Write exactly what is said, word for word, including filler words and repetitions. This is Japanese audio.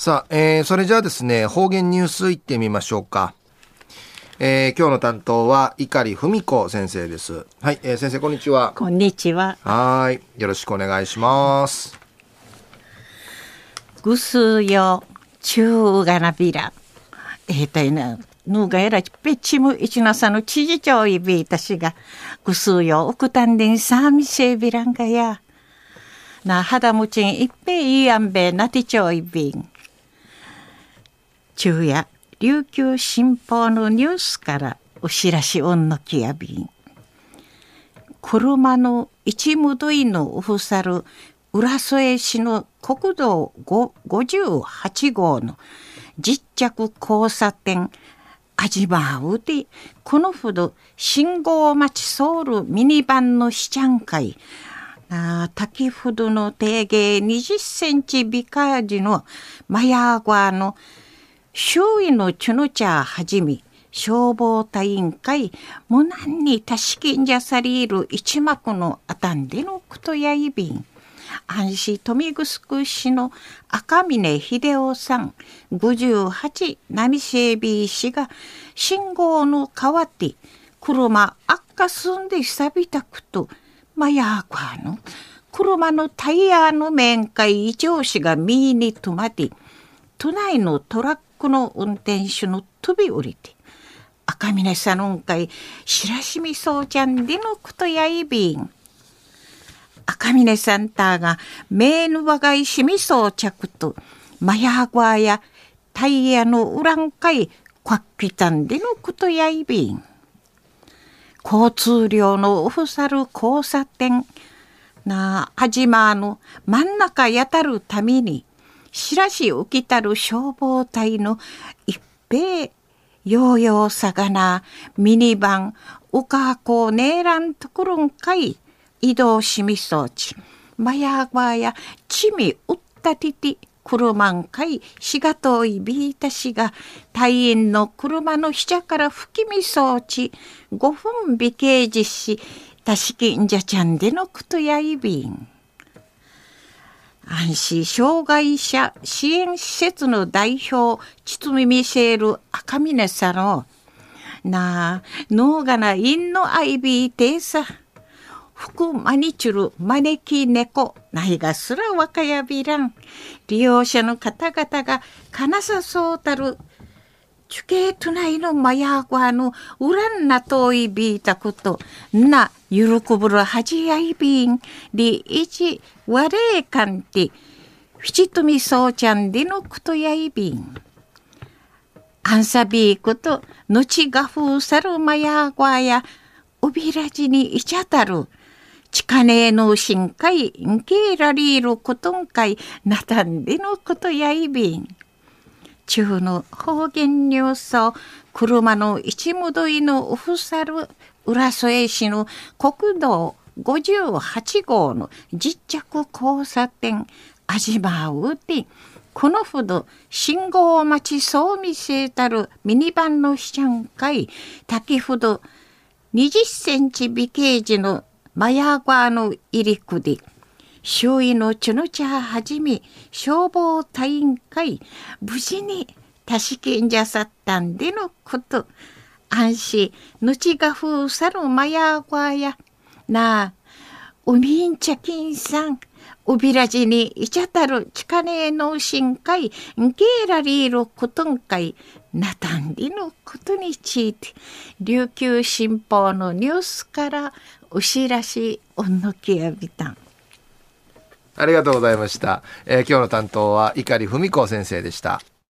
さあ、えー、それじゃあですね、方言ニュースいってみましょうか。えー、今日の担当は碇文子先生です。はい、えー、先生こんにちは。 こんにちは。 はい、よろしくお願いします。 ぐすよちゅうがなびらえー、たいなぬがやらぺちむいちなさのちじちょいびいたしがぐすよおくたんでんさみせびらんがやなはだむちんいっぺいいやんべなてちょいびん昼夜琉球新報のニュースからお知らしおんのきやびん車の一無どいのうふさる浦添市の国道ごじゅうはちごうの実着交差点あじまうでこのほど信号待ちソウルミニバンの試着会滝ほどの定芸にじゅっセンチビカージのマヤーガーの周囲のチュノチャーはじめ消防隊員会無難にたしきんじゃさりる一幕のあたんでのことやいびん安市富城市の赤嶺秀夫さんごじゅうはち波整備士が信号の代わって車悪化すんでさびたくとまやかの車のタイヤの面会異常士が右に止まり都内のトラックの運転手の飛び降りて赤嶺さんのんかい白しみそうちゃんでのことやいびん赤嶺さんたが名のわがいしみそうちゃくとマヤーガーやタイヤの裏んかいこっきたんでのことやいびん交通量のうふさる交差点なあじまの真ん中やたるためにしらし浮きたる消防隊の一平ヨーヨーさがなミニバンうかこうねえらんところんかい移動しみそうちまやばやちみうったてて車んかいしがといびいたしが隊員の車のひちゃから吹きみそうちごふんびけいじしたしきんじゃちゃんでのことやいびん安市障害者支援施設の代表ちつみみせる赤嶺さんのなあのがないんのあいびいてさ福マニチュル招き猫ないがすら若やびらん利用者の方々がかなさそうたるチュケートナイのマヤーガーのウランナトイビータことなゆるくぶるはじやいびんりいちわれいかんてフチトミそうちゃんでのことやいびんアンサビーことのちがふうさるマヤーガーやおびらじにいちゃたるちかねえのしんかいんけいらりることんかいなたんでのことやいびん中の方言ニュースを車の一無どいのうふさる浦添市の国道ごじゅうはちごうの実着交差点あじまうてこのほど信号待ちそう見せたるミニバンのしちゃんかい滝ほどにじゅっセンチビケージのマヤーガーの入り口で周囲のチュノチャーはじめ消防隊員会無事にたしきんじゃさったんでのこと安心のちがふうさるマヤーガーやなあおみんちゃきんさんおびらじにいちゃたるちかねえのしんかいんけいらりることんかいなたんりのことについて琉球新報のニュースからお知らしおんのきやびたんありがとうございました。えー、今日の担当は碇文子先生でした。